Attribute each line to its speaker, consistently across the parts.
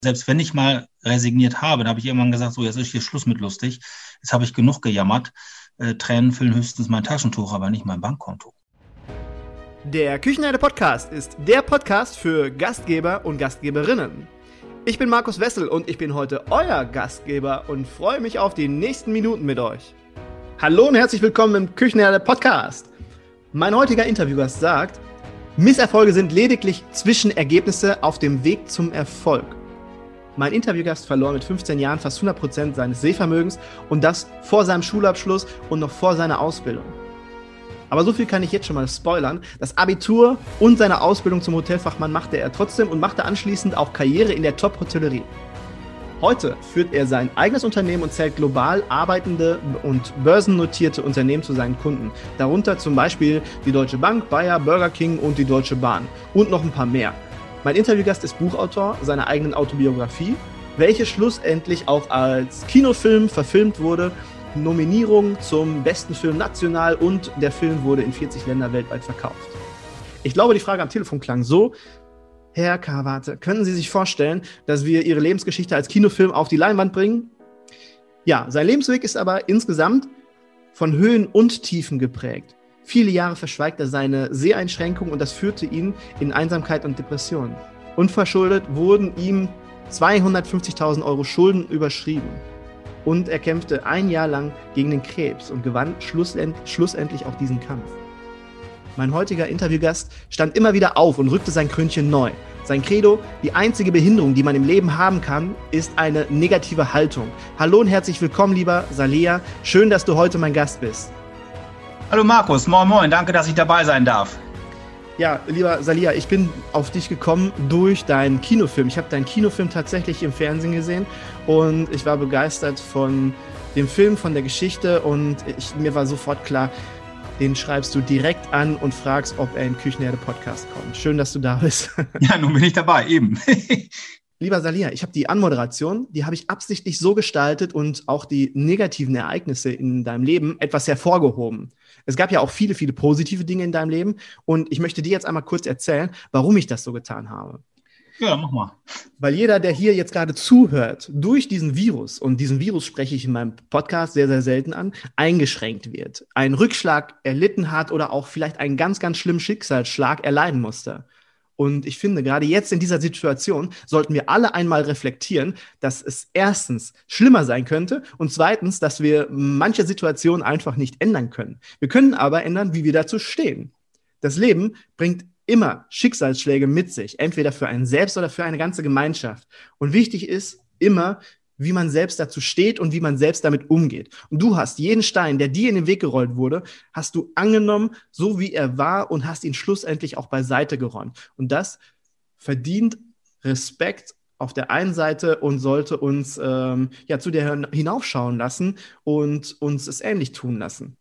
Speaker 1: Selbst wenn ich mal resigniert habe, dann habe ich irgendwann gesagt, so jetzt ist hier Schluss mit lustig. Jetzt habe ich genug gejammert. Tränen füllen höchstens mein Taschentuch, aber nicht mein Bankkonto.
Speaker 2: Der Küchenherde Podcast ist der Podcast für Gastgeber und Gastgeberinnen. Ich bin Markus Wessel und ich bin heute euer Gastgeber und freue mich auf die nächsten Minuten mit euch. Hallo und herzlich willkommen im Küchenherde Podcast. Mein heutiger Interviewgast sagt, Misserfolge sind lediglich Zwischenergebnisse auf dem Weg zum Erfolg. Mein Interviewgast verlor mit 15 Jahren fast 100% seines Sehvermögens und das vor seinem Schulabschluss und noch vor seiner Ausbildung. Aber so viel kann ich jetzt schon mal spoilern. Das Abitur und seine Ausbildung zum Hotelfachmann machte er trotzdem und machte anschließend auch Karriere in der Top-Hotellerie. Heute führt er sein eigenes Unternehmen und zählt global arbeitende und börsennotierte Unternehmen zu seinen Kunden. Darunter zum Beispiel die Deutsche Bank, Bayer, Burger King und die Deutsche Bahn. Und noch ein paar mehr. Mein Interviewgast ist Buchautor seiner eigenen Autobiografie, welche schlussendlich auch als Kinofilm verfilmt wurde, Nominierung zum besten Film national und der Film wurde in 40 Ländern weltweit verkauft. Ich glaube, die Frage am Telefon klang so: Herr Kawate, können Sie sich vorstellen, dass wir Ihre Lebensgeschichte als Kinofilm auf die Leinwand bringen? Ja, sein Lebensweg ist aber insgesamt von Höhen und Tiefen geprägt. Viele Jahre verschweigt er seine Seheinschränkung und das führte ihn in Einsamkeit und Depressionen. Unverschuldet wurden ihm 250.000 Euro Schulden überschrieben. Und er kämpfte ein Jahr lang gegen den Krebs und gewann schlussendlich auch diesen Kampf. Mein heutiger Interviewgast stand immer wieder auf und rückte sein Krönchen neu. Sein Credo: die einzige Behinderung, die man im Leben haben kann, ist eine negative Haltung. Hallo und herzlich willkommen, lieber Salea. Schön, dass du heute mein Gast bist.
Speaker 1: Hallo Markus, moin moin, danke, dass ich dabei sein darf.
Speaker 2: Ja, lieber Salea, ich bin auf dich gekommen durch deinen Kinofilm. Ich habe deinen Kinofilm tatsächlich im Fernsehen gesehen und ich war begeistert von dem Film, von der Geschichte und mir war sofort klar, den schreibst du direkt an und fragst, ob er in Küchenherde Podcast kommt. Schön, dass du da bist.
Speaker 1: Ja, nun bin ich dabei, eben.
Speaker 2: Lieber Salea, ich habe die Anmoderation, die habe ich absichtlich so gestaltet und auch die negativen Ereignisse in deinem Leben etwas hervorgehoben. Es gab ja auch viele, viele positive Dinge in deinem Leben und ich möchte dir jetzt einmal kurz erzählen, warum ich das so getan habe.
Speaker 1: Ja, mach mal.
Speaker 2: Weil jeder, der hier jetzt gerade zuhört, durch diesen Virus, und diesen Virus spreche ich in meinem Podcast sehr, sehr selten an, eingeschränkt wird, einen Rückschlag erlitten hat oder auch vielleicht einen ganz, ganz schlimmen Schicksalsschlag erleiden musste. Und ich finde, gerade jetzt in dieser Situation sollten wir alle einmal reflektieren, dass es erstens schlimmer sein könnte und zweitens, dass wir manche Situationen einfach nicht ändern können. Wir können aber ändern, wie wir dazu stehen. Das Leben bringt immer Schicksalsschläge mit sich, entweder für einen selbst oder für eine ganze Gemeinschaft. Und wichtig ist immer, wie man selbst dazu steht und wie man selbst damit umgeht. Und du hast jeden Stein, der dir in den Weg gerollt wurde, hast du angenommen, so wie er war und hast ihn schlussendlich auch beiseite geräumt. Und das verdient Respekt auf der einen Seite und sollte uns zu dir hinaufschauen lassen und uns es ähnlich tun lassen.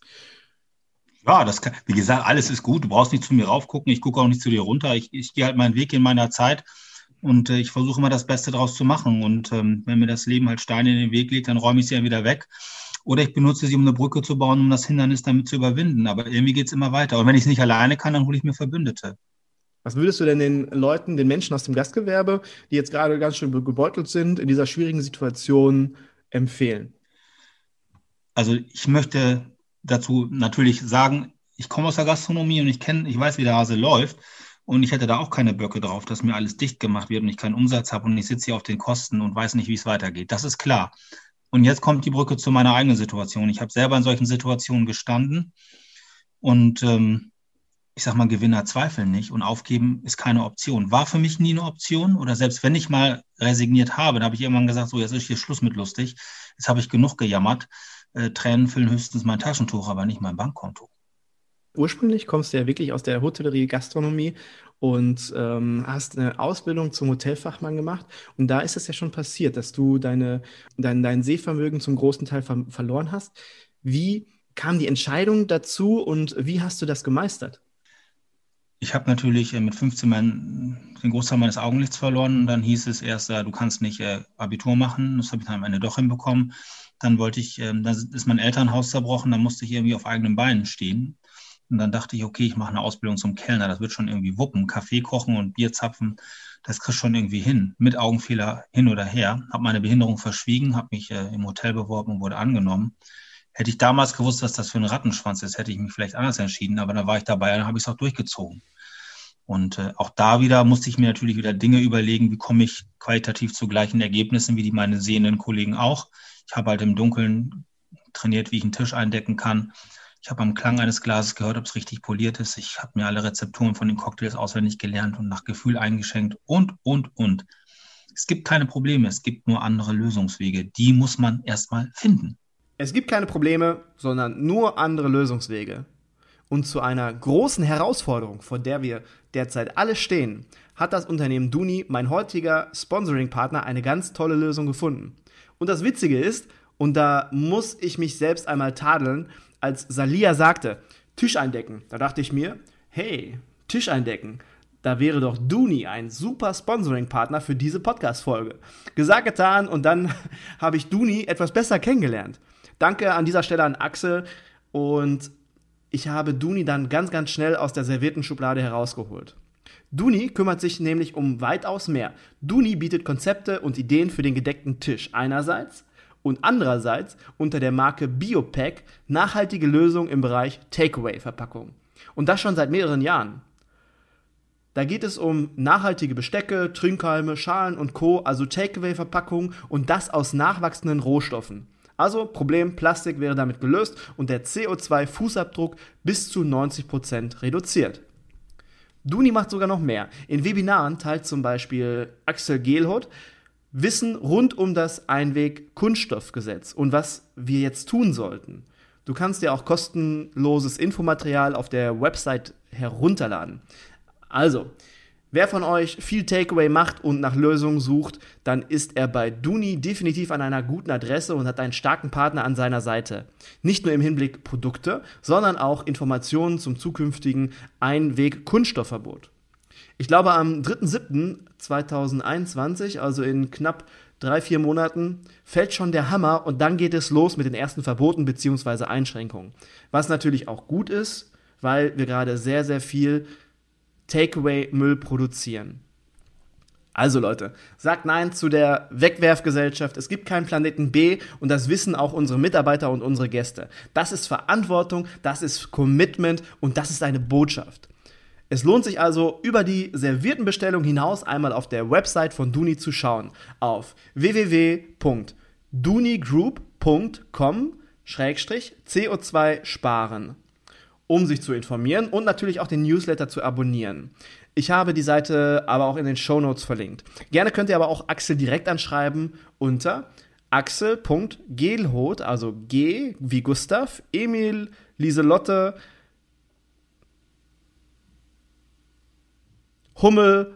Speaker 1: Ja, wie gesagt, alles ist gut. Du brauchst nicht zu mir raufgucken. Ich gucke auch nicht zu dir runter. Ich gehe halt meinen Weg in meiner Zeit. Und ich versuche immer das Beste draus zu machen. Und wenn mir das Leben halt Steine in den Weg legt, dann räume ich sie ja wieder weg. Oder ich benutze sie, um eine Brücke zu bauen, um das Hindernis damit zu überwinden. Aber irgendwie geht es immer weiter. Und wenn ich es nicht alleine kann, dann hole ich mir Verbündete.
Speaker 2: Was würdest du denn den Leuten, den Menschen aus dem Gastgewerbe, die jetzt gerade ganz schön gebeutelt sind, in dieser schwierigen Situation empfehlen?
Speaker 1: Also ich möchte dazu natürlich sagen, ich komme aus der Gastronomie und ich weiß, wie der Hase läuft. Und ich hätte da auch keine Böcke drauf, dass mir alles dicht gemacht wird und ich keinen Umsatz habe und ich sitze hier auf den Kosten und weiß nicht, wie es weitergeht. Das ist klar. Und jetzt kommt die Brücke zu meiner eigenen Situation. Ich habe selber in solchen Situationen gestanden und ich sage mal, Gewinner zweifeln nicht und aufgeben ist keine Option. War für mich nie eine Option oder selbst wenn ich mal resigniert habe, dann habe ich irgendwann gesagt, so jetzt ist hier Schluss mit lustig. Jetzt habe ich genug gejammert. Tränen füllen höchstens mein Taschentuch, aber nicht mein Bankkonto.
Speaker 2: Ursprünglich kommst du ja wirklich aus der Hotellerie, Gastronomie und hast eine Ausbildung zum Hotelfachmann gemacht. Und da ist es ja schon passiert, dass du dein Sehvermögen zum großen Teil verloren hast. Wie kam die Entscheidung dazu und wie hast du das gemeistert?
Speaker 1: Ich habe natürlich mit 15 den Großteil meines Augenlichts verloren. Und dann hieß es erst, du kannst nicht Abitur machen. Das habe ich dann am Ende doch hinbekommen. Dann dann ist mein Elternhaus zerbrochen. Dann musste ich irgendwie auf eigenen Beinen stehen. Und dann dachte ich, okay, ich mache eine Ausbildung zum Kellner, das wird schon irgendwie wuppen. Kaffee kochen und Bier zapfen, das kriegst du schon irgendwie hin. Mit Augenfehler hin oder her. Habe meine Behinderung verschwiegen, habe mich im Hotel beworben und wurde angenommen. Hätte ich damals gewusst, was das für ein Rattenschwanz ist, hätte ich mich vielleicht anders entschieden. Aber dann war ich dabei und dann habe ich es auch durchgezogen. Und auch da wieder musste ich mir natürlich wieder Dinge überlegen, wie komme ich qualitativ zu gleichen Ergebnissen wie die meine sehenden Kollegen auch. Ich habe halt im Dunkeln trainiert, wie ich einen Tisch eindecken kann. Ich habe am Klang eines Glases gehört, ob es richtig poliert ist. Ich habe mir alle Rezepturen von den Cocktails auswendig gelernt und nach Gefühl eingeschenkt und. Es gibt keine Probleme, es gibt nur andere Lösungswege. Die muss man erstmal finden.
Speaker 2: Es gibt keine Probleme, sondern nur andere Lösungswege. Und zu einer großen Herausforderung, vor der wir derzeit alle stehen, hat das Unternehmen Duni, mein heutiger Sponsoring-Partner, eine ganz tolle Lösung gefunden. Und das Witzige ist, und da muss ich mich selbst einmal tadeln, als Salia sagte, Tisch eindecken, da dachte ich mir, hey, Tisch eindecken, da wäre doch Duni ein super Sponsoring-Partner für diese Podcast-Folge. Gesagt, getan, und dann habe ich Duni etwas besser kennengelernt. Danke an dieser Stelle an Axel, und ich habe Duni dann ganz, ganz schnell aus der servierten Schublade herausgeholt. Duni kümmert sich nämlich um weitaus mehr. Duni bietet Konzepte und Ideen für den gedeckten Tisch einerseits und andererseits unter der Marke Biopack nachhaltige Lösungen im Bereich Takeaway-Verpackung. Und das schon seit mehreren Jahren. Da geht es um nachhaltige Bestecke, Trinkhalme, Schalen und Co., also Takeaway-Verpackungen, und das aus nachwachsenden Rohstoffen. Also Problem Plastik wäre damit gelöst und der CO2-Fußabdruck bis zu 90% reduziert. Duni macht sogar noch mehr. In Webinaren teilt zum Beispiel Axel Gehlhut Wissen rund um das Einweg-Kunststoffgesetz und was wir jetzt tun sollten. Du kannst dir auch kostenloses Infomaterial auf der Website herunterladen. Also, wer von euch viel Takeaway macht und nach Lösungen sucht, dann ist er bei Duni definitiv an einer guten Adresse und hat einen starken Partner an seiner Seite. Nicht nur im Hinblick Produkte, sondern auch Informationen zum zukünftigen Einweg-Kunststoffverbot. Ich glaube, am 3.7.2021, also in knapp 3-4 Monaten, fällt schon der Hammer und dann geht es los mit den ersten Verboten bzw. Einschränkungen. Was natürlich auch gut ist, weil wir gerade sehr, sehr viel Takeaway-Müll produzieren. Also Leute, sagt Nein zu der Wegwerfgesellschaft. Es gibt keinen Planeten B und das wissen auch unsere Mitarbeiter und unsere Gäste. Das ist Verantwortung, das ist Commitment und das ist eine Botschaft. Es lohnt sich also, über die servierten Bestellungen hinaus einmal auf der Website von Duni zu schauen. Auf www.dunigroup.com/CO2 sparen, um sich zu informieren und natürlich auch den Newsletter zu abonnieren. Ich habe die Seite aber auch in den Shownotes verlinkt. Gerne könnt ihr aber auch Axel direkt anschreiben unter axel.gehlhut, also G wie Gustav, Emil, Lieselotte, Hummel,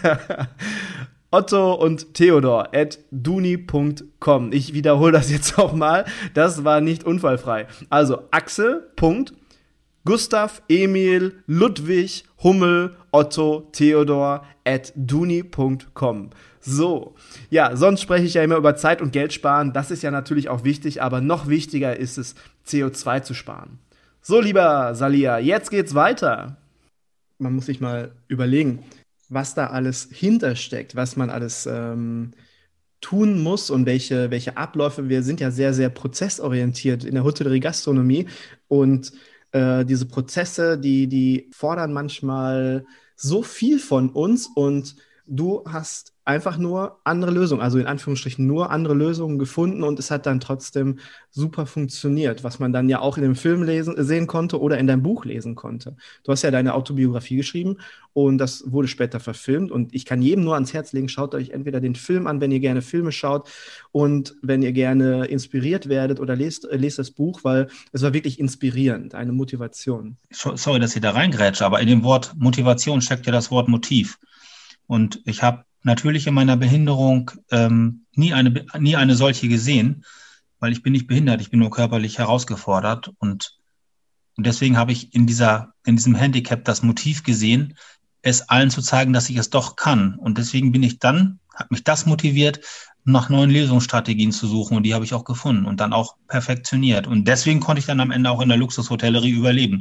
Speaker 2: Otto und Theodor @duni.com. Ich wiederhole das jetzt auch mal, das war nicht unfallfrei. Also Axel.Gustav, Emil, Ludwig, Hummel, Otto, Theodor @duni.com. So, ja, sonst spreche ich ja immer über Zeit und Geld sparen. Das ist ja natürlich auch wichtig, aber noch wichtiger ist es, CO2 zu sparen. So, lieber Salia, jetzt geht's weiter. Man muss sich mal überlegen, was da alles hintersteckt, was man alles tun muss und welche Abläufe. Wir sind ja sehr, sehr prozessorientiert in der Hotellerie-Gastronomie und diese Prozesse, die fordern manchmal so viel von uns und du hast einfach nur andere Lösungen, also in Anführungsstrichen nur andere Lösungen gefunden und es hat dann trotzdem super funktioniert, was man dann ja auch in dem Film sehen konnte oder in deinem Buch lesen konnte. Du hast ja deine Autobiografie geschrieben und das wurde später verfilmt und ich kann jedem nur ans Herz legen, schaut euch entweder den Film an, wenn ihr gerne Filme schaut und wenn ihr gerne inspiriert werdet oder lest das Buch, weil es war wirklich inspirierend, eine Motivation.
Speaker 1: Sorry, dass ich da reingrätsche, aber in dem Wort Motivation steckt ja das Wort Motiv. Und ich habe natürlich in meiner Behinderung nie eine solche gesehen, weil ich bin nicht behindert, ich bin nur körperlich herausgefordert und deswegen habe ich in diesem Handicap das Motiv gesehen, es allen zu zeigen, dass ich es doch kann. Und deswegen hat mich das motiviert, nach neuen Lösungsstrategien zu suchen und die habe ich auch gefunden und dann auch perfektioniert. Und deswegen konnte ich dann am Ende auch in der Luxushotellerie überleben.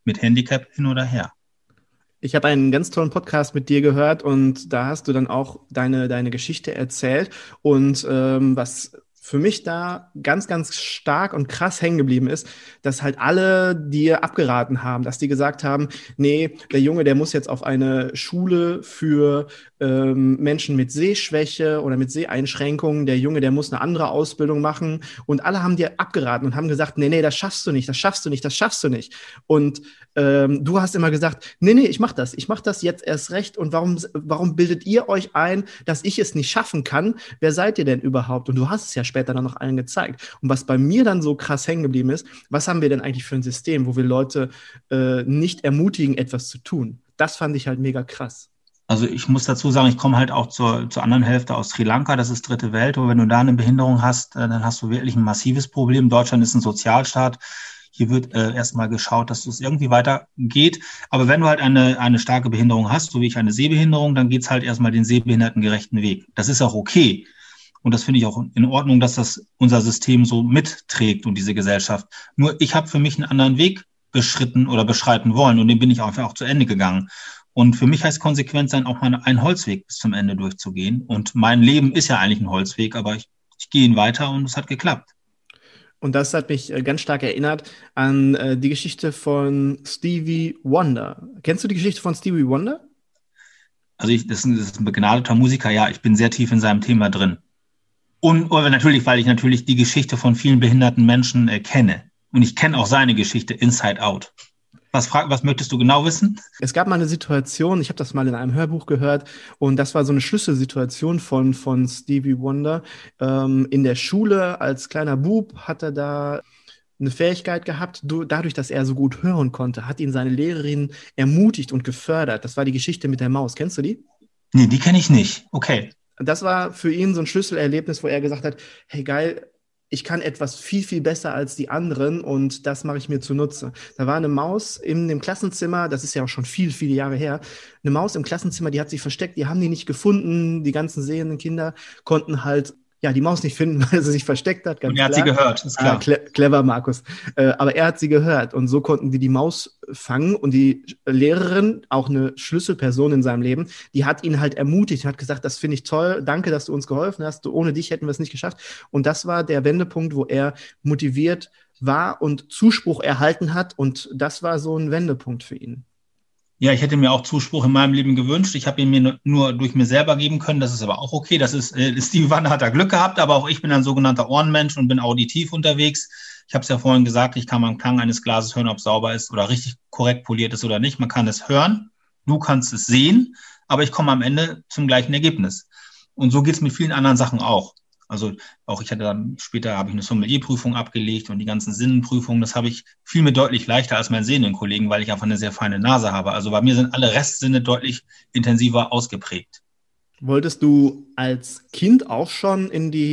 Speaker 1: mit Handicap hin oder her.
Speaker 2: Ich habe einen ganz tollen Podcast mit dir gehört und da hast du dann auch deine Geschichte erzählt. Und was für mich da ganz, ganz stark und krass hängen geblieben ist, dass halt alle dir abgeraten haben, dass die gesagt haben, nee, der Junge, der muss jetzt auf eine Schule für Menschen mit Sehschwäche oder mit Seheinschränkungen, der Junge, der muss eine andere Ausbildung machen. Und alle haben dir abgeraten und haben gesagt, nee, das schaffst du nicht, das schaffst du nicht, das schaffst du nicht. Und du hast immer gesagt, nee, ich mach das jetzt erst recht. Und warum bildet ihr euch ein, dass ich es nicht schaffen kann? Wer seid ihr denn überhaupt? Und du hast es ja später dann noch allen gezeigt. Und was bei mir dann so krass hängen geblieben ist, was haben wir denn eigentlich für ein System, wo wir Leute nicht ermutigen, etwas zu tun? Das fand ich halt mega krass.
Speaker 1: Also ich muss dazu sagen, ich komme halt auch zur anderen Hälfte aus Sri Lanka, das ist dritte Welt. Und wenn du da eine Behinderung hast, dann hast du wirklich ein massives Problem. Deutschland ist ein Sozialstaat. Hier wird erstmal geschaut, dass es irgendwie weitergeht. Aber wenn du halt eine starke Behinderung hast, so wie ich eine Sehbehinderung, dann geht's halt erstmal den sehbehindertengerechten Weg. Das ist auch okay. Und das finde ich auch in Ordnung, dass das unser System so mitträgt und diese Gesellschaft. Nur ich habe für mich einen anderen Weg beschritten oder beschreiten wollen und den bin ich einfach auch zu Ende gegangen. Und für mich heißt konsequent sein, auch mal einen Holzweg bis zum Ende durchzugehen. Und mein Leben ist ja eigentlich ein Holzweg, aber ich gehe ihn weiter und es hat geklappt.
Speaker 2: Und das hat mich ganz stark erinnert an die Geschichte von Stevie Wonder. Kennst du die Geschichte von Stevie Wonder?
Speaker 1: Also das ist ein begnadeter Musiker, ja, ich bin sehr tief in seinem Thema drin. Und natürlich, weil ich natürlich die Geschichte von vielen behinderten Menschen kenne. Und ich kenne auch seine Geschichte Inside Out. Was möchtest du genau wissen?
Speaker 2: Es gab mal eine Situation, ich habe das mal in einem Hörbuch gehört, und das war so eine Schlüsselsituation von Stevie Wonder. In der Schule als kleiner Bub hat er da eine Fähigkeit gehabt, dadurch, dass er so gut hören konnte, hat ihn seine Lehrerin ermutigt und gefördert. Das war die Geschichte mit der Maus. Kennst du die?
Speaker 1: Nee, die kenne ich nicht. Okay.
Speaker 2: Das war für ihn so ein Schlüsselerlebnis, wo er gesagt hat, hey geil, ich kann etwas viel, viel besser als die anderen und das mache ich mir zunutze. Da war eine Maus in dem Klassenzimmer, das ist ja auch schon viele, viele Jahre her, eine Maus im Klassenzimmer, die hat sich versteckt, die haben die nicht gefunden, die ganzen sehenden Kinder konnten halt die Maus nicht finden, weil sie sich versteckt hat.
Speaker 1: Ganz und er hat sie gehört, ist klar.
Speaker 2: Clever, Markus. Aber er hat sie gehört und so konnten die Maus fangen und die Lehrerin, auch eine Schlüsselperson in seinem Leben, die hat ihn halt ermutigt, hat gesagt, das finde ich toll, danke, dass du uns geholfen hast, ohne dich hätten wir es nicht geschafft. Und das war der Wendepunkt, wo er motiviert war und Zuspruch erhalten hat und das war so ein Wendepunkt für ihn.
Speaker 1: Ja, ich hätte mir auch Zuspruch in meinem Leben gewünscht. Ich habe ihn mir nur durch mir selber geben können. Das ist aber auch okay. Das ist, Stevie Wonder hat da Glück gehabt, aber auch ich bin ein sogenannter Ohrenmensch und bin auditiv unterwegs. Ich habe es ja vorhin gesagt, ich kann beim Klang eines Glases hören, ob es sauber ist oder richtig korrekt poliert ist oder nicht. Man kann es hören, du kannst es sehen, aber ich komme am Ende zum gleichen Ergebnis. Und so geht es mit vielen anderen Sachen auch. Also auch später habe ich eine Sommelierprüfung abgelegt und die ganzen Sinnenprüfungen, das habe ich viel mehr deutlich leichter als meinen sehenden Kollegen, weil ich einfach eine sehr feine Nase habe. Also bei mir sind alle Restsinne deutlich intensiver ausgeprägt.
Speaker 2: Wolltest du als Kind auch schon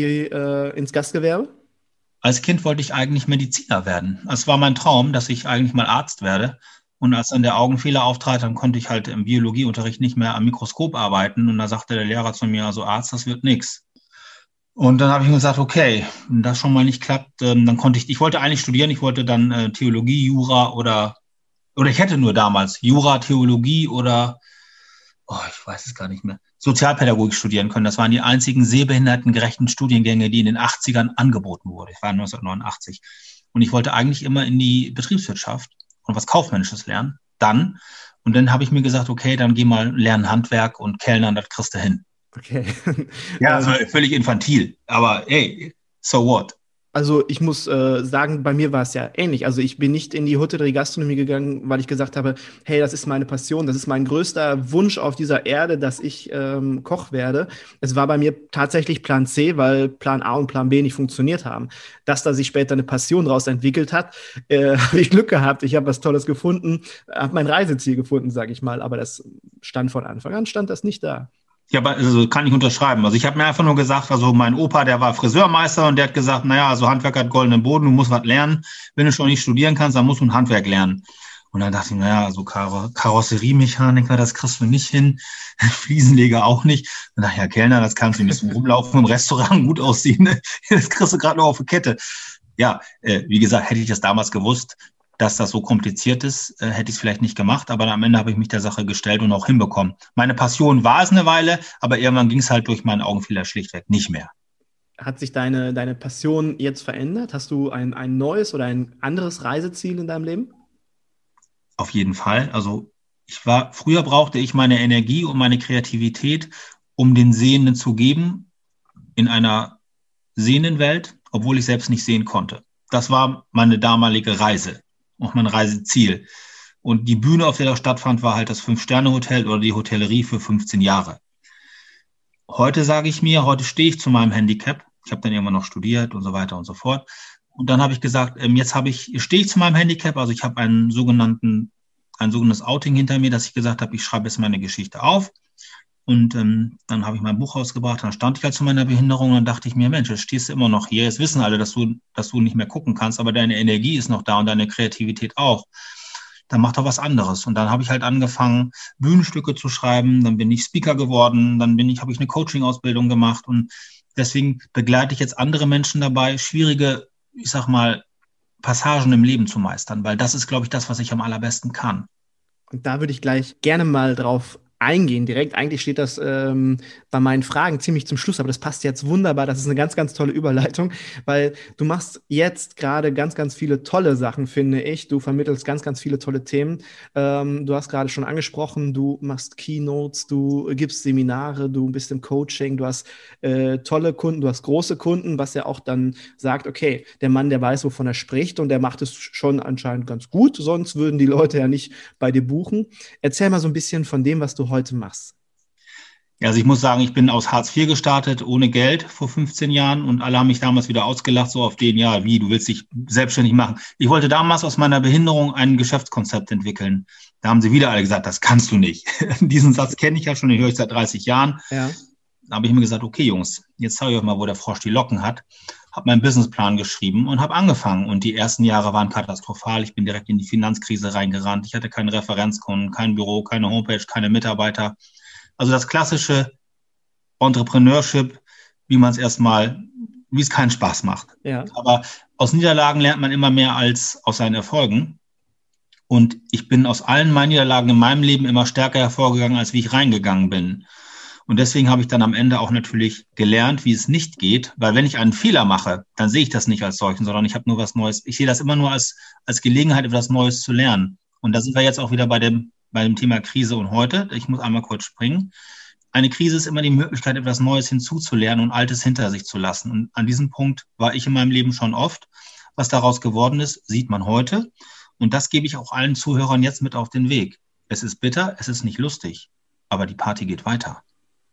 Speaker 2: ins Gastgewerbe?
Speaker 1: Als Kind wollte ich eigentlich Mediziner werden. Es war mein Traum, dass ich eigentlich mal Arzt werde. Und als dann der Augenfehler auftrat, dann konnte ich halt im Biologieunterricht nicht mehr am Mikroskop arbeiten. Und da sagte der Lehrer zu mir, also Arzt, das wird nichts. Und dann habe ich mir gesagt, okay, wenn das schon mal nicht klappt, dann ich wollte eigentlich studieren, ich wollte dann Theologie, Jura oder ich hätte nur damals Jura, Theologie oder, ich weiß es gar nicht mehr, Sozialpädagogik studieren können. Das waren die einzigen sehbehindertengerechten Studiengänge, die in den 80ern angeboten wurden. Ich war 1989. Und ich wollte eigentlich immer in die Betriebswirtschaft und was Kaufmännisches lernen. Und dann habe ich mir gesagt, okay, dann geh mal lernen Handwerk und Kellnern, das kriegst du hin.
Speaker 2: Okay.
Speaker 1: Ja, also völlig infantil, aber hey, so what?
Speaker 2: Also ich muss sagen, bei mir war es ja ähnlich. Also ich bin nicht in die Hotellerie-Gastronomie gegangen, weil ich gesagt habe, hey, das ist meine Passion, das ist mein größter Wunsch auf dieser Erde, dass ich Koch werde. Es war bei mir tatsächlich Plan C, weil Plan A und Plan B nicht funktioniert haben. Dass da sich später eine Passion daraus entwickelt hat, habe ich Glück gehabt. Ich habe was Tolles gefunden, habe mein Reiseziel gefunden, sage ich mal. Aber das stand von Anfang an, stand das nicht da.
Speaker 1: Ja, also kann ich unterschreiben. Also ich habe mir einfach nur gesagt, also mein Opa, der war Friseurmeister und der hat gesagt, naja, also Handwerk hat goldenen Boden, du musst was lernen. Wenn du schon nicht studieren kannst, dann musst du ein Handwerk lernen. Und dann dachte ich, naja, also Karosseriemechaniker, das kriegst du nicht hin. Fliesenleger auch nicht. Dann dachte ich, ja, Kellner, das kannst du nicht so rumlaufen im Restaurant, gut aussehen. Das kriegst du gerade noch auf die Kette. Ja, wie gesagt, hätte ich das damals gewusst, dass das so kompliziert ist, hätte ich es vielleicht nicht gemacht, aber am Ende habe ich mich der Sache gestellt und auch hinbekommen. Meine Passion war es eine Weile, aber irgendwann ging es halt durch meinen Augenfehler schlichtweg nicht mehr.
Speaker 2: Hat sich deine Passion jetzt verändert? Hast du ein neues oder ein anderes Reiseziel in deinem Leben?
Speaker 1: Auf jeden Fall. Also früher brauchte ich meine Energie und meine Kreativität, um den Sehenden zu geben in einer sehenden Welt, obwohl ich selbst nicht sehen konnte. Das war meine damalige Reise, auch mein Reiseziel. Und die Bühne, auf der das stattfand, war halt das 5-Sterne-Hotel oder die Hotellerie für 15 Jahre. Heute sage ich mir, heute stehe ich zu meinem Handicap. Ich habe dann irgendwann noch studiert und so weiter und so fort. Und dann habe ich gesagt, stehe ich zu meinem Handicap. Also ich habe ein sogenanntes Outing hinter mir, dass ich gesagt habe, ich schreibe jetzt meine Geschichte auf. Und dann habe ich mein Buch rausgebracht, dann stand ich halt zu meiner Behinderung und dann dachte ich mir, Mensch, jetzt stehst du immer noch hier. Jetzt wissen alle, dass du nicht mehr gucken kannst, aber deine Energie ist noch da und deine Kreativität auch. Dann mach doch was anderes. Und dann habe ich halt angefangen, Bühnenstücke zu schreiben. Dann bin ich Speaker geworden. Habe ich eine Coaching-Ausbildung gemacht. Und deswegen begleite ich jetzt andere Menschen dabei, schwierige, ich sag mal, Passagen im Leben zu meistern, weil das ist, glaube ich, das, was ich am allerbesten kann.
Speaker 2: Und da würde ich gleich gerne mal drauf eingehen direkt. Eigentlich steht das bei meinen Fragen ziemlich zum Schluss, aber das passt jetzt wunderbar. Das ist eine ganz, ganz tolle Überleitung, weil du machst jetzt gerade ganz, ganz viele tolle Sachen, finde ich. Du vermittelst ganz, ganz viele tolle Themen. Du hast gerade schon angesprochen, du machst Keynotes, du gibst Seminare, du bist im Coaching, du hast tolle Kunden, du hast große Kunden, was ja auch dann sagt, okay, der Mann, der weiß, wovon er spricht und der macht es schon anscheinend ganz gut, sonst würden die Leute ja nicht bei dir buchen. Erzähl mal so ein bisschen von dem, was du heute machst.
Speaker 1: Ja, also ich muss sagen, ich bin aus Hartz IV gestartet, ohne Geld vor 15 Jahren und alle haben mich damals wieder ausgelacht, so auf den, ja, wie, du willst dich selbstständig machen. Ich wollte damals aus meiner Behinderung ein Geschäftskonzept entwickeln. Da haben sie wieder alle gesagt, das kannst du nicht. Diesen Satz kenne ich ja schon, den höre ich seit 30 Jahren.
Speaker 2: Ja.
Speaker 1: Da habe ich mir gesagt, okay, Jungs, jetzt zeige ich euch mal, wo der Frosch die Locken hat. Habe meinen Businessplan geschrieben und habe angefangen. Und die ersten Jahre waren katastrophal. Ich bin direkt in die Finanzkrise reingerannt. Ich hatte keine Referenzkunden, kein Büro, keine Homepage, keine Mitarbeiter. Also das klassische Entrepreneurship, wie es keinen Spaß macht.
Speaker 2: Ja.
Speaker 1: Aber aus Niederlagen lernt man immer mehr als aus seinen Erfolgen. Und ich bin aus allen meinen Niederlagen in meinem Leben immer stärker hervorgegangen, als wie ich reingegangen bin. Und deswegen habe ich dann am Ende auch natürlich gelernt, wie es nicht geht, weil wenn ich einen Fehler mache, dann sehe ich das nicht als solchen, sondern ich habe nur was Neues. Ich sehe das immer nur als Gelegenheit, etwas Neues zu lernen. Und da sind wir jetzt auch wieder bei dem Thema Krise und heute. Ich muss einmal kurz springen. Eine Krise ist immer die Möglichkeit, etwas Neues hinzuzulernen und Altes hinter sich zu lassen. Und an diesem Punkt war ich in meinem Leben schon oft. Was daraus geworden ist, sieht man heute. Und das gebe ich auch allen Zuhörern jetzt mit auf den Weg. Es ist bitter, es ist nicht lustig, aber die Party geht weiter.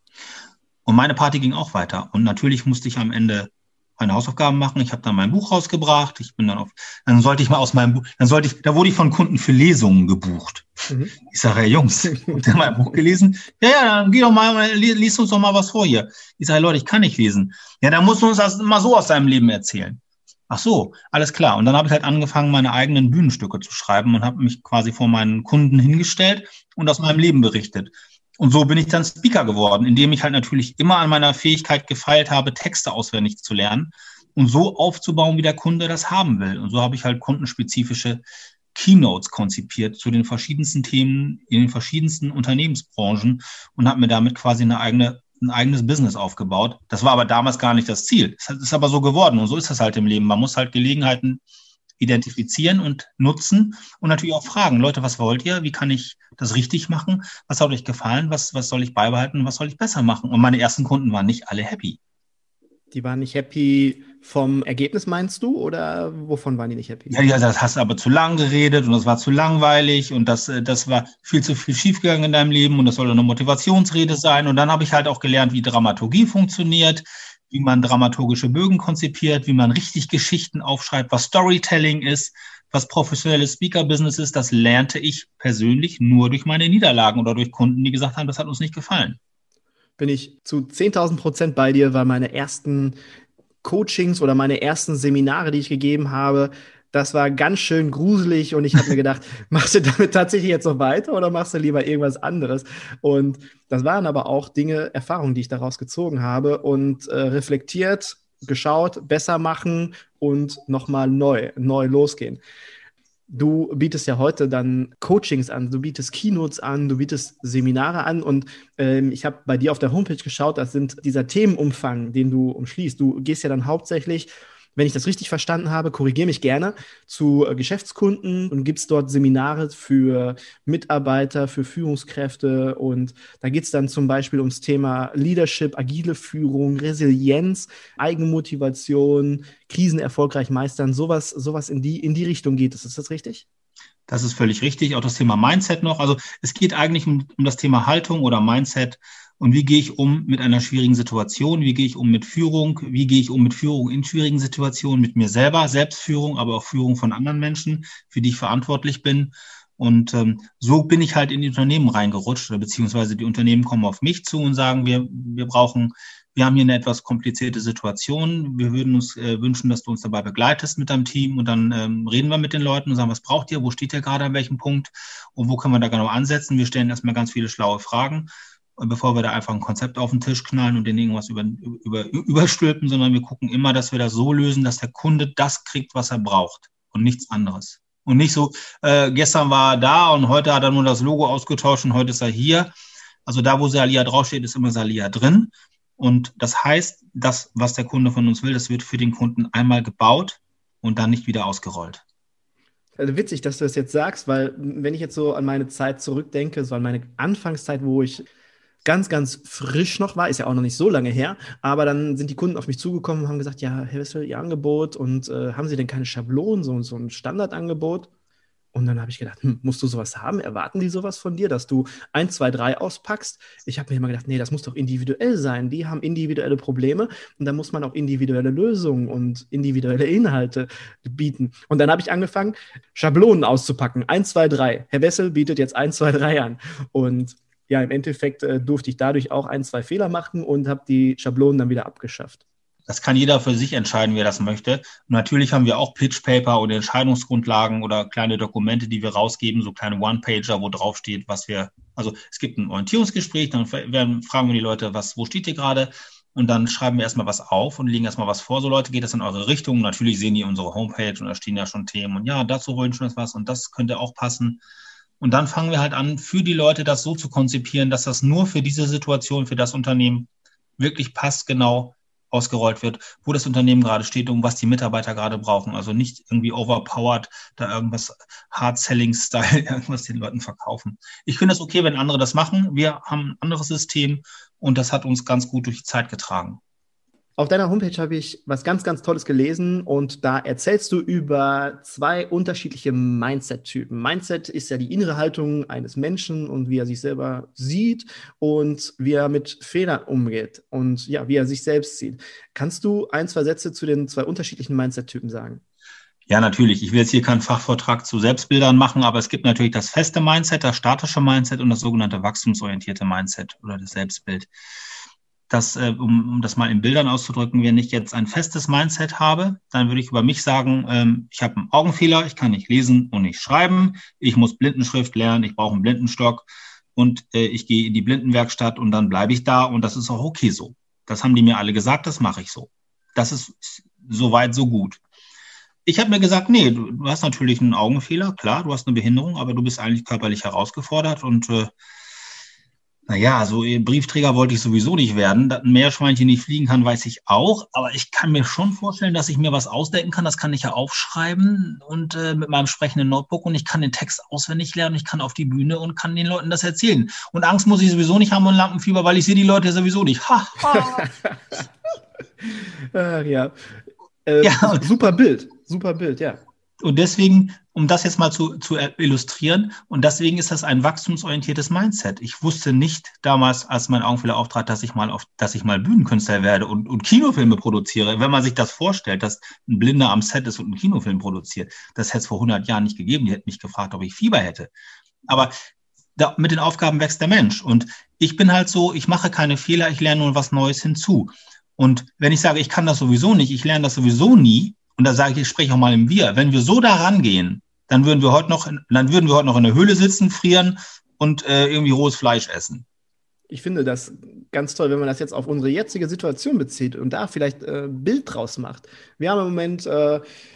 Speaker 1: Und meine Party ging auch weiter. Und natürlich musste ich am Ende meine Hausaufgaben machen. Ich habe dann mein Buch rausgebracht. Dann sollte ich mal aus meinem Buch, da wurde ich von Kunden für Lesungen gebucht. Mhm. Ich sage, hey Jungs, habt ihr mein Buch gelesen? Ja, dann geh doch mal, lies uns doch mal was vor hier. Ich sage, Leute, ich kann nicht lesen. Ja, dann musst du uns das mal so aus deinem Leben erzählen. Ach so, alles klar. Und dann habe ich halt angefangen, meine eigenen Bühnenstücke zu schreiben und habe mich quasi vor meinen Kunden hingestellt und aus meinem Leben berichtet. Und so bin ich dann Speaker geworden, indem ich halt natürlich immer an meiner Fähigkeit gefeilt habe, Texte auswendig zu lernen und so aufzubauen, wie der Kunde das haben will. Und so habe ich halt kundenspezifische Keynotes konzipiert zu den verschiedensten Themen in den verschiedensten Unternehmensbranchen und habe mir damit quasi ein eigenes Business aufgebaut. Das war aber damals gar nicht das Ziel. Es ist aber so geworden und so ist das halt im Leben. Man muss halt Gelegenheiten identifizieren und nutzen und natürlich auch fragen, Leute, was wollt ihr? Wie kann ich das richtig machen? Was hat euch gefallen? Was soll ich beibehalten? Was soll ich besser machen? Und meine ersten Kunden waren nicht alle happy.
Speaker 2: Die waren nicht happy vom Ergebnis, meinst du? Oder wovon waren die nicht happy?
Speaker 1: Ja, das hast du aber zu lang geredet und das war zu langweilig und das war viel zu viel schiefgegangen in deinem Leben und das soll eine Motivationsrede sein. Und dann habe ich halt auch gelernt, wie Dramaturgie funktioniert, wie man dramaturgische Bögen konzipiert, wie man richtig Geschichten aufschreibt, was Storytelling ist, was professionelles Speaker-Business ist. Das lernte ich persönlich nur durch meine Niederlagen oder durch Kunden, die gesagt haben, das hat uns nicht gefallen.
Speaker 2: Bin ich zu 10.000% bei dir, weil meine ersten Coachings oder meine ersten Seminare, die ich gegeben habe, das war ganz schön gruselig und ich habe mir gedacht, machst du damit tatsächlich jetzt noch weiter oder machst du lieber irgendwas anderes? Und das waren aber auch Erfahrungen, die ich daraus gezogen habe und reflektiert, geschaut, besser machen und nochmal neu losgehen. Du bietest ja heute dann Coachings an, du bietest Keynotes an, du bietest Seminare an und ich habe bei dir auf der Homepage geschaut, das sind dieser Themenumfang, den du umschließt. Du gehst ja dann hauptsächlich, wenn ich das richtig verstanden habe, korrigiere mich gerne, zu Geschäftskunden und gibst dort Seminare für Mitarbeiter, für Führungskräfte und da geht es dann zum Beispiel ums Thema Leadership, agile Führung, Resilienz, Eigenmotivation, Krisen erfolgreich meistern, sowas in die Richtung geht es. Ist das richtig?
Speaker 1: Das ist völlig richtig. Auch das Thema Mindset noch. Also es geht eigentlich um das Thema Haltung oder Mindset. Und wie gehe ich um mit einer schwierigen Situation? Wie gehe ich um mit Führung? Wie gehe ich um mit Führung in schwierigen Situationen? Mit mir selber, Selbstführung, aber auch Führung von anderen Menschen, für die ich verantwortlich bin. Und so bin ich halt in die Unternehmen reingerutscht, oder beziehungsweise die Unternehmen kommen auf mich zu und sagen, wir haben hier eine etwas komplizierte Situation. Wir würden uns wünschen, dass du uns dabei begleitest mit deinem Team. Und dann reden wir mit den Leuten und sagen, was braucht ihr? Wo steht ihr gerade an welchem Punkt? Und wo können wir da genau ansetzen? Wir stellen erstmal ganz viele schlaue Fragen, bevor wir da einfach ein Konzept auf den Tisch knallen und denen irgendwas überstülpen, sondern wir gucken immer, dass wir das so lösen, dass der Kunde das kriegt, was er braucht und nichts anderes. Und nicht so, gestern war er da und heute hat er nur das Logo ausgetauscht und heute ist er hier. Also da, wo Salia draufsteht, ist immer Salia drin. Und das heißt, das, was der Kunde von uns will, das wird für den Kunden einmal gebaut und dann nicht wieder ausgerollt.
Speaker 2: Also witzig, dass du das jetzt sagst, weil wenn ich jetzt so an meine Zeit zurückdenke, so an meine Anfangszeit, wo ich ganz, ganz frisch noch war, ist ja auch noch nicht so lange her, aber dann sind die Kunden auf mich zugekommen und haben gesagt, ja, Herr Wessel, Ihr Angebot und haben Sie denn keine Schablonen, so ein Standardangebot? Und dann habe ich gedacht, musst du sowas haben? Erwarten die sowas von dir, dass du 1, 2, 3 auspackst? Ich habe mir immer gedacht, nee, das muss doch individuell sein. Die haben individuelle Probleme und da muss man auch individuelle Lösungen und individuelle Inhalte bieten. Und dann habe ich angefangen, Schablonen auszupacken. 1, 2, 3. Herr Wessel bietet jetzt 1, 2, 3 an. Und ja, im Endeffekt durfte ich dadurch auch 1, 2 Fehler machen und habe die Schablonen dann wieder abgeschafft.
Speaker 1: Das kann jeder für sich entscheiden, wer das möchte. Und natürlich haben wir auch Pitch-Paper oder Entscheidungsgrundlagen oder kleine Dokumente, die wir rausgeben, so kleine One-Pager, wo drauf steht, also es gibt ein Orientierungsgespräch, dann fragen wir die Leute, wo steht ihr gerade? Und dann schreiben wir erstmal was auf und legen erstmal was vor. So Leute, geht das in eure Richtung? Natürlich sehen die unsere Homepage und da stehen ja schon Themen. Und ja, dazu wollen schon was und das könnte auch passen. Und dann fangen wir halt an, für die Leute das so zu konzipieren, dass das nur für diese Situation, für das Unternehmen wirklich passgenau ausgerollt wird, wo das Unternehmen gerade steht und was die Mitarbeiter gerade brauchen. Also nicht irgendwie overpowered, da irgendwas Hard-Selling-Style, irgendwas den Leuten verkaufen. Ich finde es okay, wenn andere das machen. Wir haben ein anderes System und das hat uns ganz gut durch die Zeit getragen.
Speaker 2: Auf deiner Homepage habe ich was ganz, ganz Tolles gelesen und da erzählst du über 2 unterschiedliche Mindset-Typen. Mindset ist ja die innere Haltung eines Menschen und wie er sich selber sieht und wie er mit Fehlern umgeht und ja, wie er sich selbst sieht. Kannst du 1, 2 Sätze zu den 2 unterschiedlichen Mindset-Typen sagen?
Speaker 1: Ja, natürlich. Ich will jetzt hier keinen Fachvortrag zu Selbstbildern machen, aber es gibt natürlich das feste Mindset, das statische Mindset und das sogenannte wachstumsorientierte Mindset oder das Selbstbild. Um das mal in Bildern auszudrücken, wenn ich jetzt ein festes Mindset habe, dann würde ich über mich sagen, ich habe einen Augenfehler, ich kann nicht lesen und nicht schreiben, ich muss Blindenschrift lernen, ich brauche einen Blindenstock und ich gehe in die Blindenwerkstatt und dann bleibe ich da und das ist auch okay so. Das haben die mir alle gesagt, das mache ich so. Das ist soweit so gut. Ich habe mir gesagt, nee, du hast natürlich einen Augenfehler, klar, du hast eine Behinderung, aber du bist eigentlich körperlich herausgefordert und naja, so Briefträger wollte ich sowieso nicht werden. Dass ein Meerschweinchen nicht fliegen kann, weiß ich auch. Aber ich kann mir schon vorstellen, dass ich mir was ausdenken kann. Das kann ich ja aufschreiben und mit meinem sprechenden Notebook und ich kann den Text auswendig lernen. Ich kann auf die Bühne und kann den Leuten das erzählen. Und Angst muss ich sowieso nicht haben und Lampenfieber, weil ich sehe die Leute sowieso nicht. Ha, ha.
Speaker 2: Ja.
Speaker 1: Ja.
Speaker 2: Super Bild, ja.
Speaker 1: Und deswegen, um das jetzt mal zu illustrieren, und deswegen ist das ein wachstumsorientiertes Mindset. Ich wusste nicht damals, als mein Augenfehler auftrat, dass ich mal Bühnenkünstler werde und Kinofilme produziere. Wenn man sich das vorstellt, dass ein Blinder am Set ist und einen Kinofilm produziert, das hätte es vor 100 Jahren nicht gegeben. Die hätten mich gefragt, ob ich Fieber hätte. Aber mit den Aufgaben wächst der Mensch. Und ich bin halt so, ich mache keine Fehler, ich lerne nur was Neues hinzu. Und wenn ich sage, ich kann das sowieso nicht, ich lerne das sowieso nie, und da sage ich, ich spreche auch mal im Wir. Wenn wir so da rangehen, dann würden wir heute noch in der Höhle sitzen, frieren und irgendwie rohes Fleisch essen.
Speaker 2: Ich finde das ganz toll, wenn man das jetzt auf unsere jetzige Situation bezieht und da vielleicht Bild draus macht. Wir haben im Moment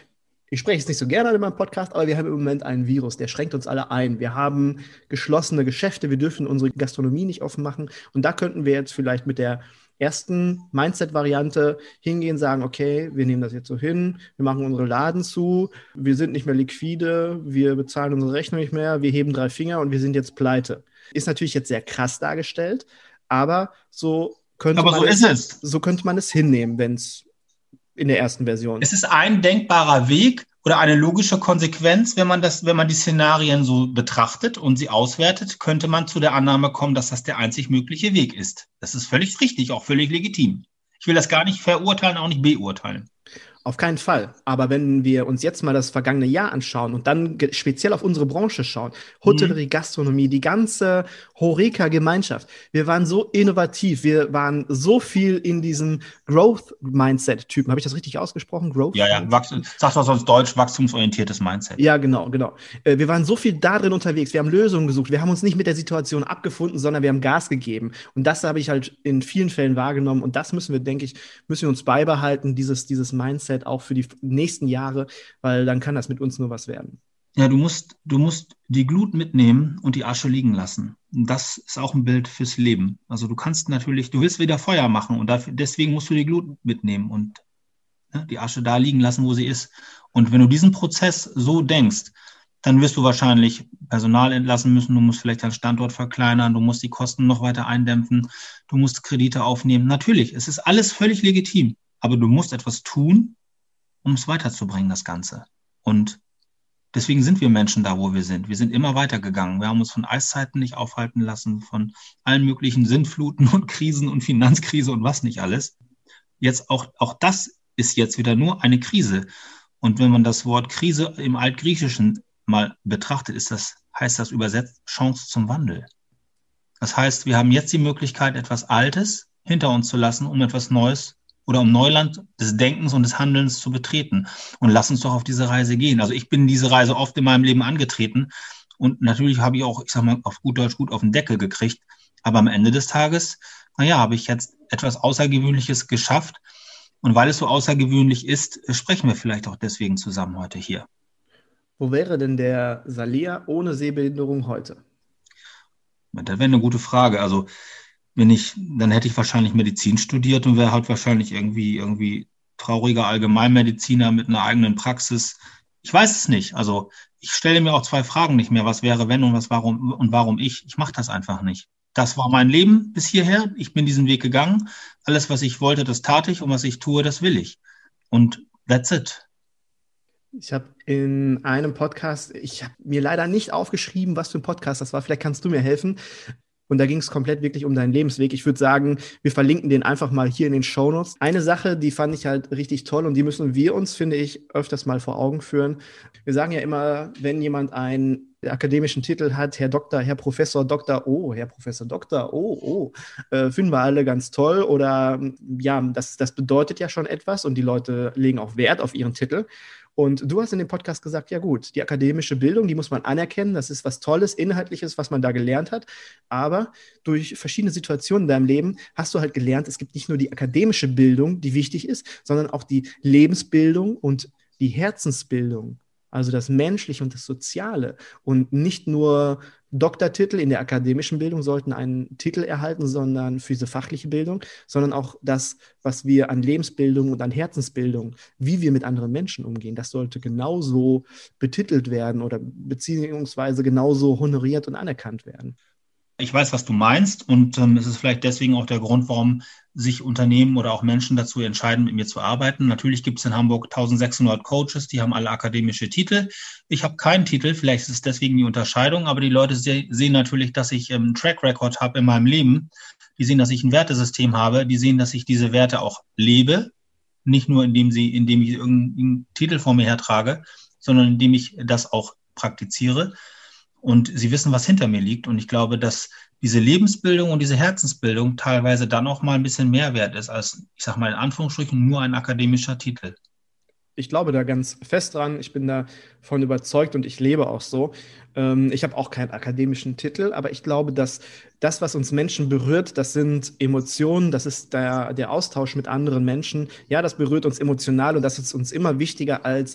Speaker 2: Ich spreche es nicht so gerne in meinem Podcast, aber wir haben im Moment einen Virus, der schränkt uns alle ein. Wir haben geschlossene Geschäfte, wir dürfen unsere Gastronomie nicht offen machen. Und da könnten wir jetzt vielleicht mit der ersten Mindset-Variante hingehen, sagen, okay, wir nehmen das jetzt so hin, wir machen unsere Laden zu, wir sind nicht mehr liquide, wir bezahlen unsere Rechnung nicht mehr, wir heben 3 Finger und wir sind jetzt pleite. Ist natürlich jetzt sehr krass dargestellt, aber so könnte
Speaker 1: Aber
Speaker 2: man
Speaker 1: so ist es.
Speaker 2: so könnte man es hinnehmen, wenn es in der ersten Version.
Speaker 1: Es ist ein denkbarer Weg oder eine logische Konsequenz, wenn man die Szenarien so betrachtet und sie auswertet, könnte man zu der Annahme kommen, dass das der einzig mögliche Weg ist. Das ist völlig richtig, auch völlig legitim. Ich will das gar nicht verurteilen, auch nicht beurteilen.
Speaker 2: Auf keinen Fall. Aber wenn wir uns jetzt mal das vergangene Jahr anschauen und dann speziell auf unsere Branche schauen, Hotellerie, Gastronomie, die ganze Horeca-Gemeinschaft, wir waren so innovativ, wir waren so viel in diesem Growth-Mindset-Typen. Habe ich das richtig ausgesprochen? Growth?
Speaker 1: Ja, sag doch sonst Deutsch, wachstumsorientiertes Mindset.
Speaker 2: Ja, genau. Wir waren so viel da drin unterwegs, wir haben Lösungen gesucht, wir haben uns nicht mit der Situation abgefunden, sondern wir haben Gas gegeben. Und das habe ich halt in vielen Fällen wahrgenommen und das müssen wir, denke ich, uns beibehalten, dieses Mindset auch für die nächsten Jahre, weil dann kann das mit uns nur was werden.
Speaker 1: Ja, du musst die Glut mitnehmen und die Asche liegen lassen. Und das ist auch ein Bild fürs Leben. Also du willst wieder Feuer machen und deswegen musst du die Glut mitnehmen und die Asche da liegen lassen, wo sie ist. Und wenn du diesen Prozess so denkst, dann wirst du wahrscheinlich Personal entlassen müssen, du musst vielleicht deinen Standort verkleinern, du musst die Kosten noch weiter eindämpfen, du musst Kredite aufnehmen. Natürlich, es ist alles völlig legitim, aber du musst etwas tun, um es weiterzubringen, das Ganze. Und deswegen sind wir Menschen da, wo wir sind. Wir sind immer weitergegangen. Wir haben uns von Eiszeiten nicht aufhalten lassen, von allen möglichen Sintfluten und Krisen und Finanzkrise und was nicht alles. Jetzt auch das ist jetzt wieder nur eine Krise. Und wenn man das Wort Krise im Altgriechischen mal betrachtet, heißt das übersetzt Chance zum Wandel. Das heißt, wir haben jetzt die Möglichkeit, etwas Altes hinter uns zu lassen, um etwas Neues oder um Neuland des Denkens und des Handelns zu betreten. Und lass uns doch auf diese Reise gehen. Also ich bin diese Reise oft in meinem Leben angetreten und natürlich habe ich auch, ich sag mal, auf gut Deutsch gut auf den Deckel gekriegt. Aber am Ende des Tages, habe ich jetzt etwas Außergewöhnliches geschafft. Und weil es so außergewöhnlich ist, sprechen wir vielleicht auch deswegen zusammen heute hier.
Speaker 2: Wo wäre denn der Salea ohne Sehbehinderung heute?
Speaker 1: Das wäre eine gute Frage. Also dann hätte ich wahrscheinlich Medizin studiert und wäre halt wahrscheinlich irgendwie trauriger Allgemeinmediziner mit einer eigenen Praxis. Ich weiß es nicht. Also ich stelle mir auch 2 Fragen nicht mehr. Was wäre, wenn und warum ich? Ich mache das einfach nicht. Das war mein Leben bis hierher. Ich bin diesen Weg gegangen. Alles, was ich wollte, das tat ich und was ich tue, das will ich. Und that's it.
Speaker 2: Ich habe in einem Podcast, ich habe mir leider nicht aufgeschrieben, was für ein Podcast das war. Vielleicht kannst du mir helfen. Und da ging es komplett wirklich um deinen Lebensweg. Ich würde sagen, wir verlinken den einfach mal hier in den Shownotes. Eine Sache, die fand ich halt richtig toll und die müssen wir uns, finde ich, öfters mal vor Augen führen. Wir sagen ja immer, wenn jemand einen akademischen Titel hat, Herr Doktor, Herr Professor, Doktor, Herr Professor, Doktor, finden wir alle ganz toll. Oder ja, das bedeutet ja schon etwas und die Leute legen auch Wert auf ihren Titel. Und du hast in dem Podcast gesagt, ja gut, die akademische Bildung, die muss man anerkennen, das ist was Tolles, Inhaltliches, was man da gelernt hat, aber durch verschiedene Situationen in deinem Leben hast du halt gelernt, es gibt nicht nur die akademische Bildung, die wichtig ist, sondern auch die Lebensbildung und die Herzensbildung, also das Menschliche und das Soziale und nicht nur Doktortitel in der akademischen Bildung sollten einen Titel erhalten, sondern für diese fachliche Bildung, sondern auch das, was wir an Lebensbildung und an Herzensbildung, wie wir mit anderen Menschen umgehen, das sollte genauso betitelt werden oder beziehungsweise genauso honoriert und anerkannt werden.
Speaker 1: Ich weiß, was du meinst und es ist vielleicht deswegen auch der Grund, warum sich Unternehmen oder auch Menschen dazu entscheiden, mit mir zu arbeiten. Natürlich gibt es in Hamburg 1600 Coaches, die haben alle akademische Titel. Ich habe keinen Titel, vielleicht ist es deswegen die Unterscheidung, aber die Leute sehen natürlich, dass ich einen Track Record habe in meinem Leben. Die sehen, dass ich ein Wertesystem habe. Die sehen, dass ich diese Werte auch lebe. Nicht nur, indem ich irgendeinen Titel vor mir hertrage, sondern indem ich das auch praktiziere. Und sie wissen, was hinter mir liegt. Und ich glaube, dass diese Lebensbildung und diese Herzensbildung teilweise dann auch mal ein bisschen mehr wert ist als, ich sage mal in Anführungsstrichen, nur ein akademischer Titel.
Speaker 2: Ich glaube da ganz fest dran. Ich bin davon überzeugt und ich lebe auch so. Ich habe auch keinen akademischen Titel, aber ich glaube, dass das, was uns Menschen berührt, das sind Emotionen, das ist der Austausch mit anderen Menschen. Ja, das berührt uns emotional und das ist uns immer wichtiger als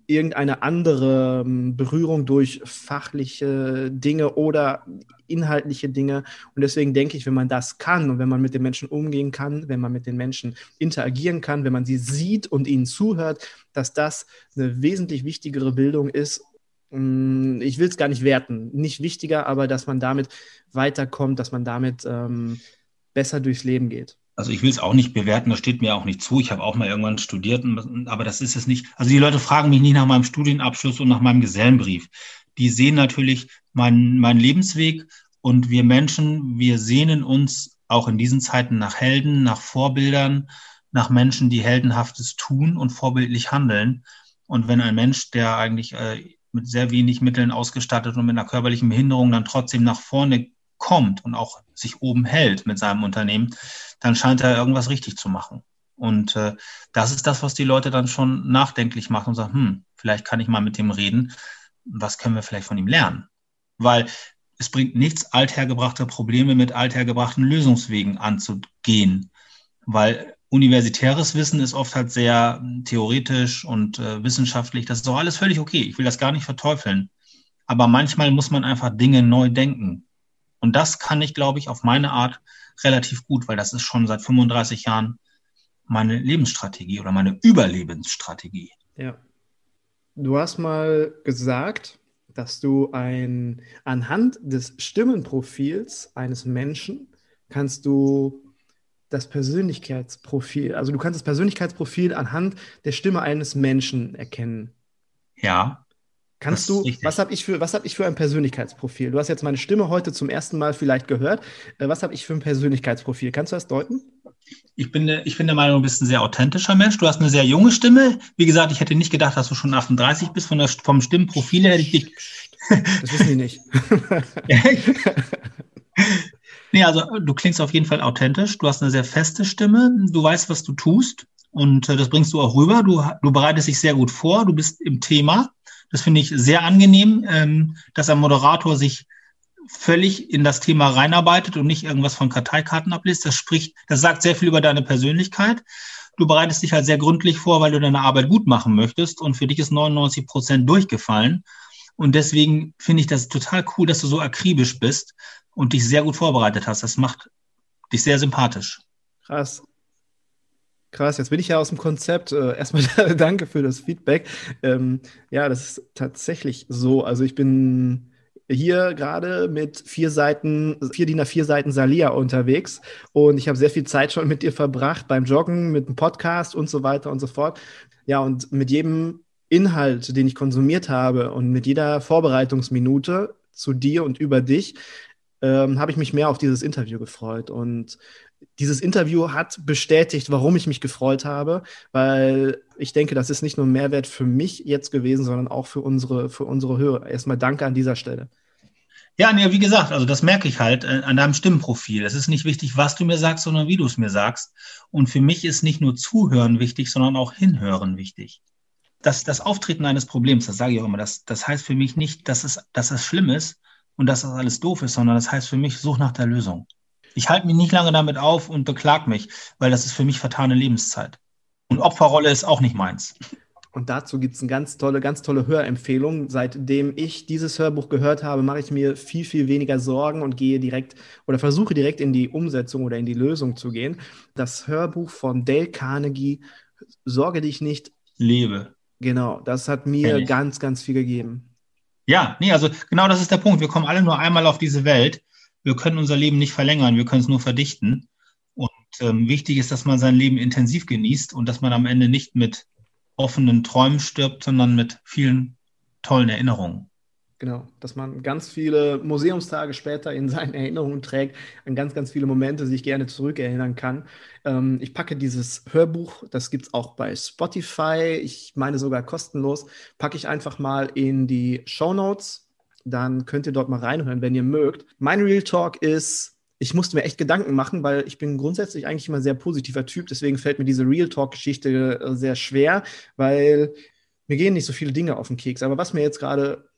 Speaker 2: irgendeine andere Berührung durch fachliche Dinge oder inhaltliche Dinge. Und deswegen denke ich, wenn man das kann und wenn man mit den Menschen umgehen kann, wenn man mit den Menschen interagieren kann, wenn man sie sieht und ihnen zuhört, dass das eine wesentlich wichtigere Bildung ist. Ich will es gar nicht werten, nicht wichtiger, aber dass man damit weiterkommt, dass man damit besser durchs Leben geht.
Speaker 1: Also ich will es auch nicht bewerten, das steht mir auch nicht zu. Ich habe auch mal irgendwann studiert, aber das ist es nicht. Also die Leute fragen mich nicht nach meinem Studienabschluss und nach meinem Gesellenbrief. Die sehen natürlich meinen Lebensweg und wir Menschen, wir sehnen uns auch in diesen Zeiten nach Helden, nach Vorbildern, nach Menschen, die Heldenhaftes tun und vorbildlich handeln. Und wenn ein Mensch, der eigentlich mit sehr wenig Mitteln ausgestattet und mit einer körperlichen Behinderung dann trotzdem nach vorne kommt und auch sich oben hält mit seinem Unternehmen, dann scheint er irgendwas richtig zu machen. Und das ist das, was die Leute dann schon nachdenklich macht und sagen, vielleicht kann ich mal mit dem reden. Was können wir vielleicht von ihm lernen? Weil es bringt nichts, althergebrachte Probleme mit althergebrachten Lösungswegen anzugehen. Weil universitäres Wissen ist oft halt sehr theoretisch und wissenschaftlich. Das ist auch alles völlig okay. Ich will das gar nicht verteufeln. Aber manchmal muss man einfach Dinge neu denken. Und das kann ich, glaube ich, auf meine Art relativ gut, weil das ist schon seit 35 Jahren meine Lebensstrategie oder meine Überlebensstrategie.
Speaker 2: Ja. Du hast mal gesagt, dass du anhand des Stimmenprofils eines Menschen kannst du das Persönlichkeitsprofil, also du kannst das Persönlichkeitsprofil anhand der Stimme eines Menschen erkennen.
Speaker 1: Ja.
Speaker 2: Was habe ich für ein Persönlichkeitsprofil? Du hast jetzt meine Stimme heute zum ersten Mal vielleicht gehört. Was habe ich für ein Persönlichkeitsprofil? Kannst du das deuten?
Speaker 1: Ich bin der Meinung, du bist ein sehr authentischer Mensch. Du hast eine sehr junge Stimme. Wie gesagt, ich hätte nicht gedacht, dass du schon 38 bist. Vom Stimmprofil her hätte ich dich.
Speaker 2: Das wissen die nicht.
Speaker 1: Nee, also du klingst auf jeden Fall authentisch. Du hast eine sehr feste Stimme. Du weißt, was du tust. Und das bringst du auch rüber. Du bereitest dich sehr gut vor. Du bist im Thema. Das finde ich sehr angenehm, dass ein Moderator sich völlig in das Thema reinarbeitet und nicht irgendwas von Karteikarten abliest. Das sagt sehr viel über deine Persönlichkeit. Du bereitest dich halt sehr gründlich vor, weil du deine Arbeit gut machen möchtest und für dich ist 99% durchgefallen. Und deswegen finde ich das total cool, dass du so akribisch bist und dich sehr gut vorbereitet hast. Das macht dich sehr sympathisch.
Speaker 2: Krass, jetzt bin ich ja aus dem Konzept. Erstmal danke für das Feedback. Ja, das ist tatsächlich so. Also ich bin hier gerade mit 4 DIN A4 Seiten Salia unterwegs und ich habe sehr viel Zeit schon mit dir verbracht beim Joggen, mit dem Podcast und so weiter und so fort. Ja, und mit jedem Inhalt, den ich konsumiert habe und mit jeder Vorbereitungsminute zu dir und über dich, habe ich mich mehr auf dieses Interview gefreut. Und dieses Interview hat bestätigt, warum ich mich gefreut habe, weil ich denke, das ist nicht nur ein Mehrwert für mich jetzt gewesen, sondern auch für unsere Hörer. Erstmal danke an dieser Stelle.
Speaker 1: Ja, nee, wie gesagt, also das merke ich halt an deinem Stimmenprofil. Es ist nicht wichtig, was du mir sagst, sondern wie du es mir sagst. Und für mich ist nicht nur Zuhören wichtig, sondern auch Hinhören wichtig. Das Auftreten eines Problems, das sage ich auch immer, das heißt für mich nicht, dass es schlimm ist und dass das alles doof ist, sondern das heißt für mich, such nach der Lösung. Ich halte mich nicht lange damit auf und beklag mich, weil das ist für mich vertane Lebenszeit. Und Opferrolle ist auch nicht meins.
Speaker 2: Und dazu gibt es eine ganz tolle Hörempfehlung. Seitdem ich dieses Hörbuch gehört habe, mache ich mir viel, viel weniger Sorgen und versuche direkt in die Umsetzung oder in die Lösung zu gehen. Das Hörbuch von Dale Carnegie, Sorge dich nicht.
Speaker 1: Lebe.
Speaker 2: Genau, das hat mir ganz, ganz viel gegeben.
Speaker 1: Ja, nee, also genau das ist der Punkt. Wir kommen alle nur einmal auf diese Welt. Wir können unser Leben nicht verlängern, wir können es nur verdichten. Und wichtig ist, dass man sein Leben intensiv genießt und dass man am Ende nicht mit offenen Träumen stirbt, sondern mit vielen tollen Erinnerungen.
Speaker 2: Genau, dass man ganz viele Museumstage später in seinen Erinnerungen trägt, an ganz, ganz viele Momente sich gerne zurückerinnern kann. Ich packe dieses Hörbuch, das gibt es auch bei Spotify, ich meine sogar kostenlos, packe ich einfach mal in die Shownotes. Dann könnt ihr dort mal reinhören, wenn ihr mögt. Mein Real Talk ist, ich musste mir echt Gedanken machen, weil ich bin grundsätzlich eigentlich immer ein sehr positiver Typ. Deswegen fällt mir diese Real Talk-Geschichte sehr schwer, weil mir gehen nicht so viele Dinge auf den Keks. Aber was mir jetzt gerade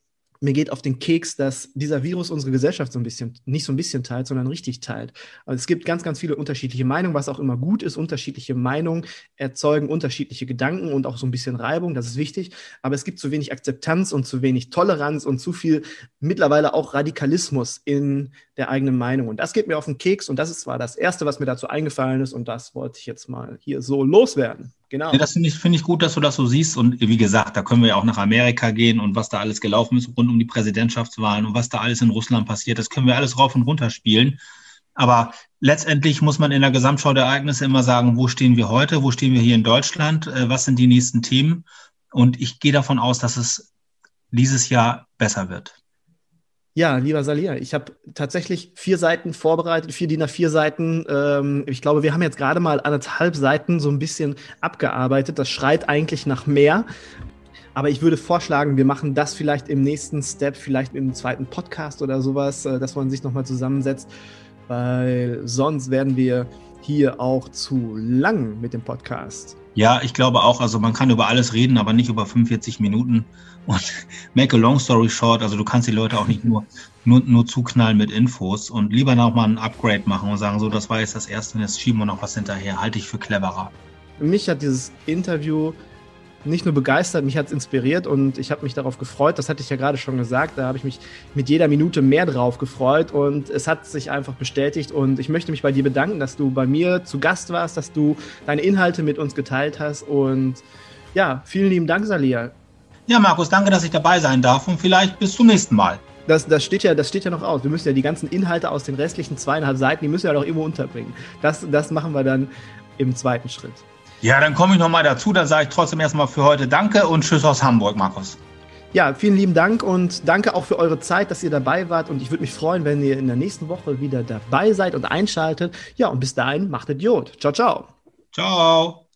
Speaker 2: mir geht auf den Keks, dass dieser Virus unsere Gesellschaft nicht so ein bisschen teilt, sondern richtig teilt. Also es gibt ganz, ganz viele unterschiedliche Meinungen, was auch immer gut ist. Unterschiedliche Meinungen erzeugen unterschiedliche Gedanken und auch so ein bisschen Reibung, das ist wichtig. Aber es gibt zu wenig Akzeptanz und zu wenig Toleranz und zu viel mittlerweile auch Radikalismus in der eigenen Meinung. Und das geht mir auf den Keks und das ist zwar das Erste, was mir dazu eingefallen ist und das wollte ich jetzt mal hier so loswerden. Genau.
Speaker 1: Ja, das finde ich gut, dass du das so siehst. Und wie gesagt, da können wir ja auch nach Amerika gehen und was da alles gelaufen ist rund um die Präsidentschaftswahlen und was da alles in Russland passiert, das können wir alles rauf und runter spielen. Aber letztendlich muss man in der Gesamtschau der Ereignisse immer sagen, wo stehen wir heute, wo stehen wir hier in Deutschland, was sind die nächsten Themen? Und ich gehe davon aus, dass es dieses Jahr besser wird.
Speaker 2: Ja, lieber Salih, ich habe tatsächlich 4 Seiten vorbereitet, 4 DIN A4 Seiten. Ich glaube, wir haben jetzt gerade mal 1,5 Seiten so ein bisschen abgearbeitet. Das schreit eigentlich nach mehr. Aber ich würde vorschlagen, wir machen das vielleicht im nächsten Step, vielleicht im zweiten Podcast oder sowas, dass man sich nochmal zusammensetzt, weil sonst werden wir hier auch zu lang mit dem Podcast.
Speaker 1: Ja, ich glaube auch, also man kann über alles reden, aber nicht über 45 Minuten. Und make a long story short, also du kannst die Leute auch nicht nur zuknallen mit Infos und lieber noch mal ein Upgrade machen und sagen, so, das war jetzt das Erste und jetzt schieben wir noch was hinterher. Halte ich für cleverer.
Speaker 2: Mich hat dieses Interview nicht nur begeistert, mich hat es inspiriert und ich habe mich darauf gefreut. Das hatte ich ja gerade schon gesagt. Da habe ich mich mit jeder Minute mehr drauf gefreut und es hat sich einfach bestätigt. Und ich möchte mich bei dir bedanken, dass du bei mir zu Gast warst, dass du deine Inhalte mit uns geteilt hast. Und ja, vielen lieben Dank, Salih.
Speaker 1: Ja, Markus, danke, dass ich dabei sein darf und vielleicht bis zum nächsten Mal.
Speaker 2: Das steht ja noch aus. Wir müssen ja die ganzen Inhalte aus den restlichen 2,5 Seiten, die müssen wir ja noch irgendwo unterbringen. Das machen wir dann im zweiten Schritt.
Speaker 1: Ja, dann komme ich nochmal dazu. Dann sage ich trotzdem erstmal für heute Danke und Tschüss aus Hamburg, Markus.
Speaker 2: Ja, vielen lieben Dank und danke auch für eure Zeit, dass ihr dabei wart. Und ich würde mich freuen, wenn ihr in der nächsten Woche wieder dabei seid und einschaltet. Ja, und bis dahin, macht Idiot. Ciao, ciao.
Speaker 1: Ciao.